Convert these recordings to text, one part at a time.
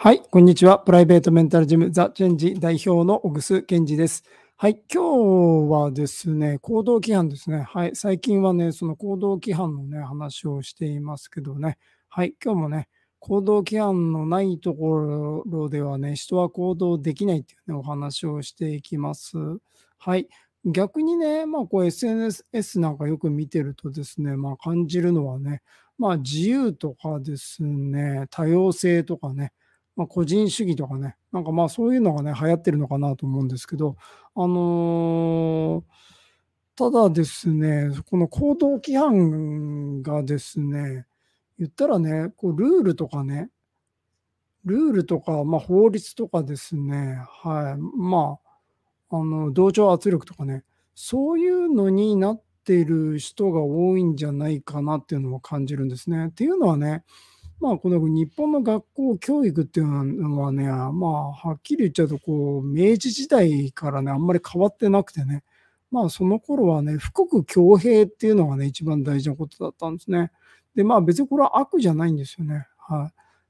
はい、こんにちは。プライベートメンタルジムザ・チェンジ代表の小楠健二です。はい、今日はですね、行動規範ですね。はい、最近はね、その行動規範のね、話をしていますけどね。はい、今日もね、行動規範のないところではね、人は行動できないっていうね、お話をしていきます。はい、逆にね、こう SNS なんかよく見てるとですね、感じるのはね、自由とかですね、多様性とかね、個人主義とかね、そういうのがね、流行ってるのかなと思うんですけど、あの、ただですね、この行動規範がですね、言ったらね、こうルールとか、法律とかですね、はい、同調圧力とかね、そういうのになっている人が多いんじゃないかなっていうのを感じるんですね。っていうのはね、この日本の学校教育っていうのはね、はっきり言っちゃうと、こう、明治時代からね、あんまり変わってなくてね、その頃はね、富国強兵っていうのがね、一番大事なことだったんですね。で、別にこれは悪じゃないんですよね。はい。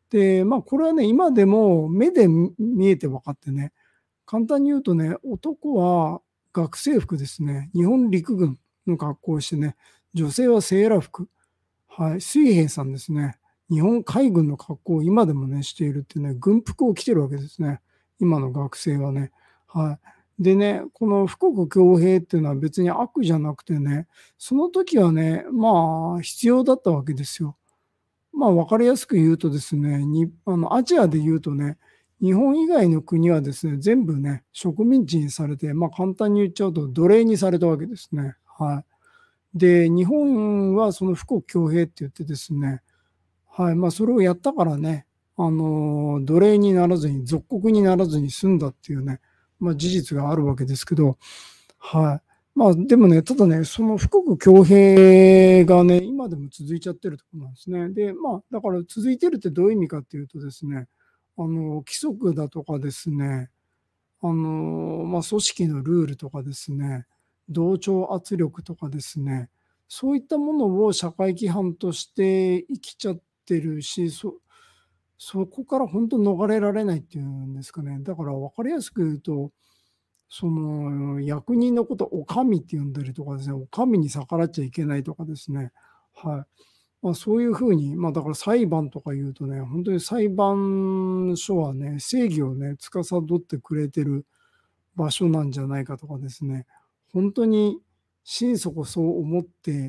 で、これはね、今でも目で見えて分かってね、簡単に言うとね、男は学生服ですね、日本陸軍の格好をしてね、女性はセーラー服、はい、水兵さんですね。日本海軍の格好を今でもね、しているっていうね、軍服を着てるわけですね。今の学生はね。はい。でね、この富国強兵っていうのは別に悪じゃなくてね、その時はね、必要だったわけですよ。分かりやすく言うとですね、アジアで言うとね、日本以外の国はですね、全部ね、植民地にされて、簡単に言っちゃうと奴隷にされたわけですね。はい。で、日本はその富国強兵って言ってですね、はい、それをやったからね、奴隷にならずに、属国にならずに済んだっていうね、事実があるわけですけど、はい。でもね、ただね、その富国強兵がね、今でも続いちゃってるところなんですね。で、だから続いてるってどういう意味かっていうとですね、規則だとかですね、組織のルールとかですね、同調圧力とかですね、そういったものを社会規範として生きちゃってるし、そこから本当逃れられないっていうんですかね。だから分かりやすく言うと、その役人のことをお上って呼んだりとかですね、お上に逆らっちゃいけないとかですね、はい。そういうふうに、だから裁判とか言うとね、本当に裁判所はね、正義をね、司ってくれてる場所なんじゃないかとかですね、本当に心底そう思って、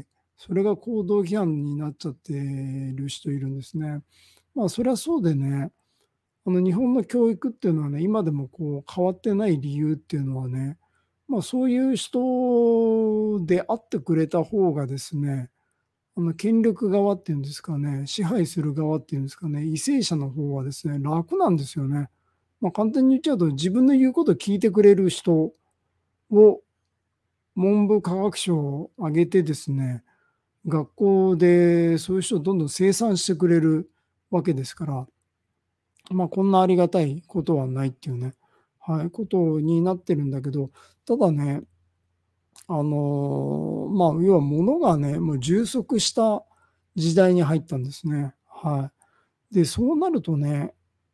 それが行動規範になっちゃってる人いるんですね。そりゃそうでね、日本の教育っていうのはね、今でもこう変わってない理由っていうのはね、そういう人であってくれた方がですね、権力側っていうんですかね、支配する側っていうんですかね、為政者の方はですね、楽なんですよね。簡単に言っちゃうと、自分の言うことを聞いてくれる人を文部科学省を挙げてですね、学校でそういう人をどんどん生産してくれるわけですから、こんなありがたいことはないっていうね、はい、ことになってるんだけど、ただね、要は物がね、もう充足した時代に入ったんですね。はい。で、そうなるとね、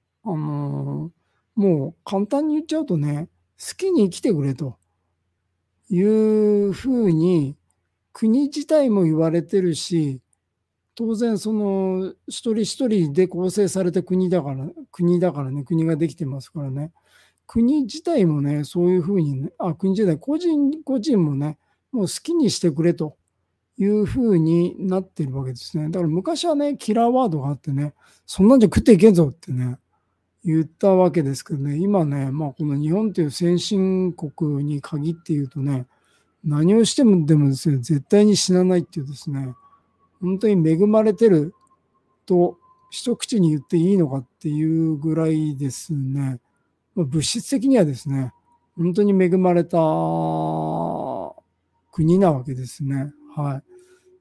もう簡単に言っちゃうとね、好きに生きてくれというふうに国自体も言われてるし、当然その一人一人で構成された国だからね、国ができてますからね。国自体もね、そういうふうにね、国自体、個人個人もね、もう好きにしてくれというふうになってるわけですね。だから昔はね、キラーワードがあってね、そんなんじゃ食っていけんぞってね、言ったわけですけどね、今ね、この日本という先進国に限って言うとね、何をしてもでもですね、絶対に死なないっていうですね、本当に恵まれてると一口に言っていいのかっていうぐらいですね、物質的にはですね、本当に恵まれた国なわけですね。はい。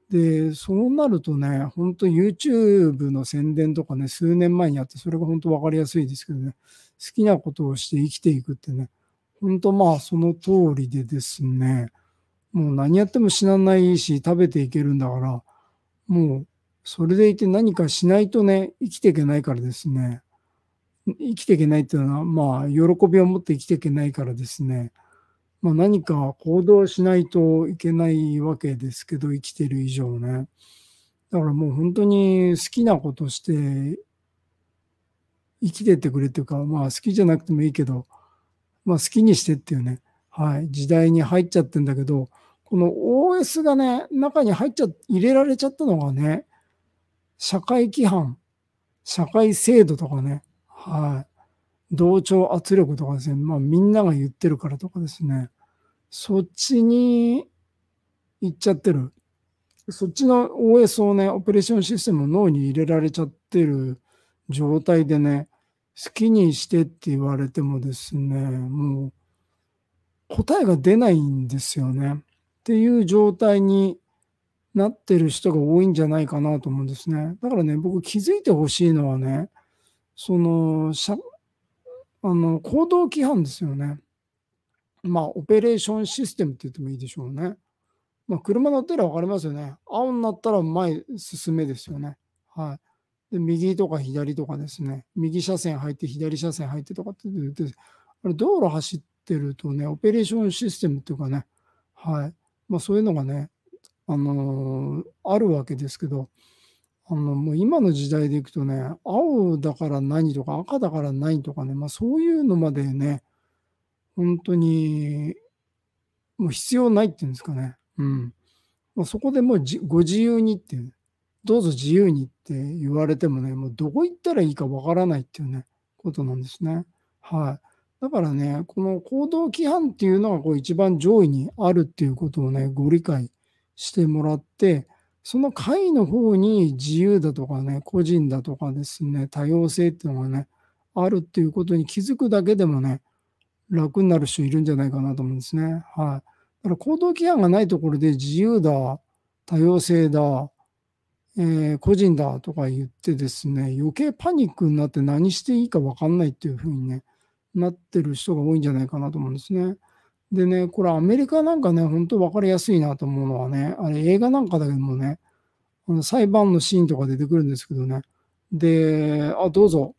で、そうなるとね、本当 YouTube の宣伝とかね、数年前にあって、それが本当分かりやすいですけどね、好きなことをして生きていくってね、本当その通りでですね、もう何やっても死なないし、食べていけるんだから、もうそれでいて何かしないとね、生きていけないからですね、 生きていけないっていうのは、まあ、喜びを持って生きていけないからですね、まあ、何か行動しないといけないわけですけど、生きてる以上ね。だからもう本当に好きなことして生きてってくれっていうか、まあ、好きじゃなくてもいいけど、まあ、好きにしてっていうね、はい、時代に入っちゃってんだけど、この OS がね、中に入れられちゃったのがね、社会規範、社会制度とかね、はい、同調圧力とかですね、まあ、みんなが言ってるからとかですね、そっちに行っちゃってる。そっちの OS をね、オペレーションシステムを脳に入れられちゃってる状態でね、好きにしてって言われてもですね、もう答えが出ないんですよね。っていう状態になってる人が多いんじゃないかなと思うんですね。だからね、僕気づいてほしいのはね、その、行動規範ですよね。まあ、オペレーションシステムって言ってもいいでしょうね。まあ、車乗ったら分かりますよね。青になったら前進めですよね。はい。で、右とか左とかですね。右車線入って左車線入ってとかって言って、あれ道路走ってるとね、オペレーションシステムっていうかね、はい。まあ、そういうのがね、あるわけですけど、もう今の時代でいくとね、青だから何とか赤だから何とかね、まあ、そういうのまでね、本当にもう必要ないっていうんですかね。うん。まあ、そこでもうご自由にっていう、どうぞ自由にって言われてもね、もうどこ行ったらいいかわからないっていうね、ことなんですね。はい。だからね、この行動規範っていうのがこう一番上位にあるっていうことをね、ご理解してもらって、その下位の方に自由だとかね、個人だとかですね、多様性っていうのがね、あるっていうことに気づくだけでもね、楽になる人いるんじゃないかなと思うんですね。はい。だから行動規範がないところで自由だ、多様性だ、個人だとか言ってですね、余計パニックになって何していいか分かんないっていう風にね、なってる人が多いんじゃないかなと思うんですね。でね、これアメリカなんかね、本当分かりやすいなと思うのはね、あれ映画なんかだけどもね、裁判のシーンとか出てくるんですけどね、で、どうぞ、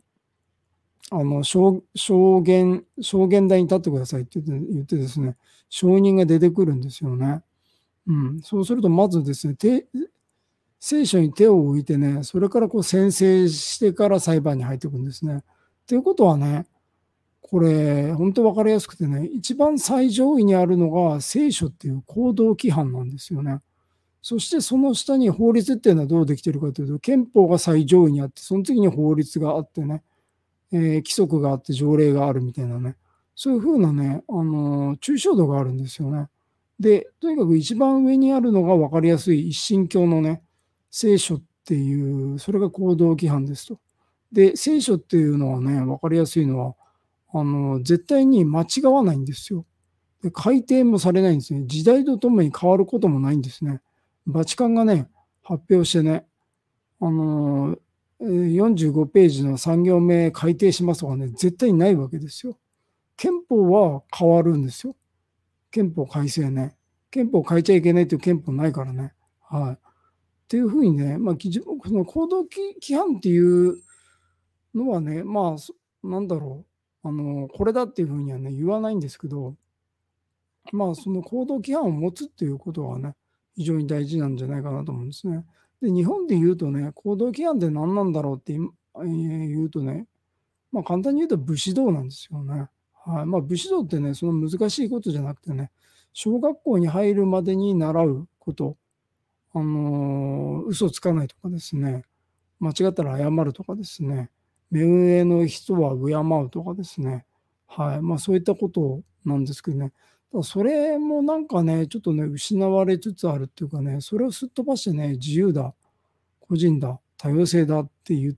証言台に立ってくださいって言ってですね、証人が出てくるんですよね。うん。そうすると、まずですね、聖書に手を置いてね、それからこう宣誓してから裁判に入っていくんですね。ということはね、これ、本当分かりやすくてね、一番最上位にあるのが聖書っていう行動規範なんですよね。そしてその下に法律っていうのはどうできてるかというと、憲法が最上位にあって、その次に法律があってね、規則があって条例があるみたいなね、そういう風なね、抽象度があるんですよね。で、とにかく一番上にあるのが分かりやすい一神教のね、聖書っていう、それが行動規範ですと。で、聖書っていうのはね、分かりやすいのは、絶対に間違わないんですよ。で、改訂もされないんですね。時代とともに変わることもないんですね。バチカンがね、発表してね、あの、45ページの3行目改定しますとかね、絶対にないわけですよ。憲法は変わるんですよ。憲法改正ね。憲法変えちゃいけないという憲法ないからね。はい。っていうふうにね、まあ、その行動規範っていうのはね、まあ、なんだろう。これだっていうふうにはね、言わないんですけど、まあ、その行動規範を持つっていうことはね、非常に大事なんじゃないかなと思うんですね。で、日本で言うとね、行動規範って何なんだろうって言うとね、まあ、簡単に言うと武士道なんですよね。はい。まあ、武士道ってね、その難しいことじゃなくてね、小学校に入るまでに習うこと、嘘つかないとかですね、間違ったら謝るとかですね、目上の人は敬うとかですね、はい。まあ、そういったことなんですけどね。ただそれもなんかね、ちょっとね、失われつつあるっていうかね、それをすっ飛ばしてね、自由だ、個人だ、多様性だって言って、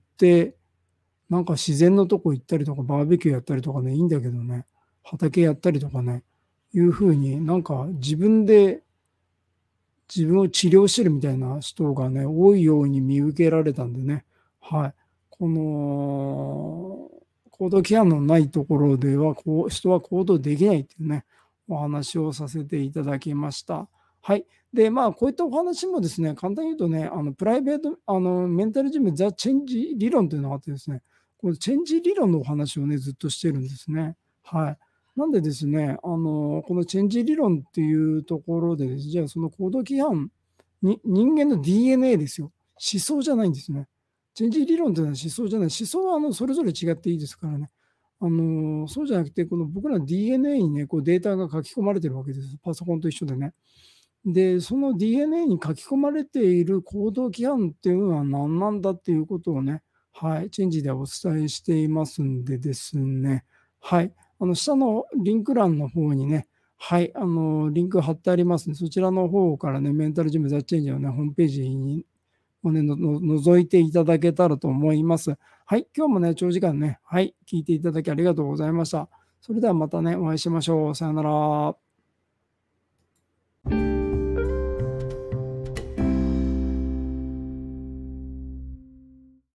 なんか自然のとこ行ったりとか、バーベキューやったりとかね、いいんだけどね、畑やったりとかね、いうふうになんか自分で自分を治療してるみたいな人がね、多いように見受けられたんでね、はい。この、行動規範のないところでは、人は行動できないっていうね、お話をさせていただきました。はい。で、まあ、こういったお話もですね、簡単に言うとね、プライベート、メンタルジム、ザ・チェンジ理論というのがあってですね、 このチェンジ理論のお話をね、ずっとしてるんですね。はい。なんでですね、このチェンジ理論っていうところでです、じゃあその行動規範に人間の DNA ですよ。思想じゃないんですね。チェンジ理論というのは思想じゃない。思想はそれぞれ違っていいですからね。そうじゃなくて、この僕らの DNA にね、こうデータが書き込まれてるわけです。パソコンと一緒でね。で、その DNA に書き込まれている行動規範っていうのは何なんだっていうことをね、はい、チェンジではお伝えしていますんでですね、はい、下のリンク欄の方にね、はい、リンク貼ってありますので、そちらの方からね、メンタルジムザ・チェンジのね、ホームページにをね、覗いていただけたらと思います。はい、今日もね、長時間ね、はい、聞いていただきありがとうございました。それではまたね、お会いしましょう。さよなら。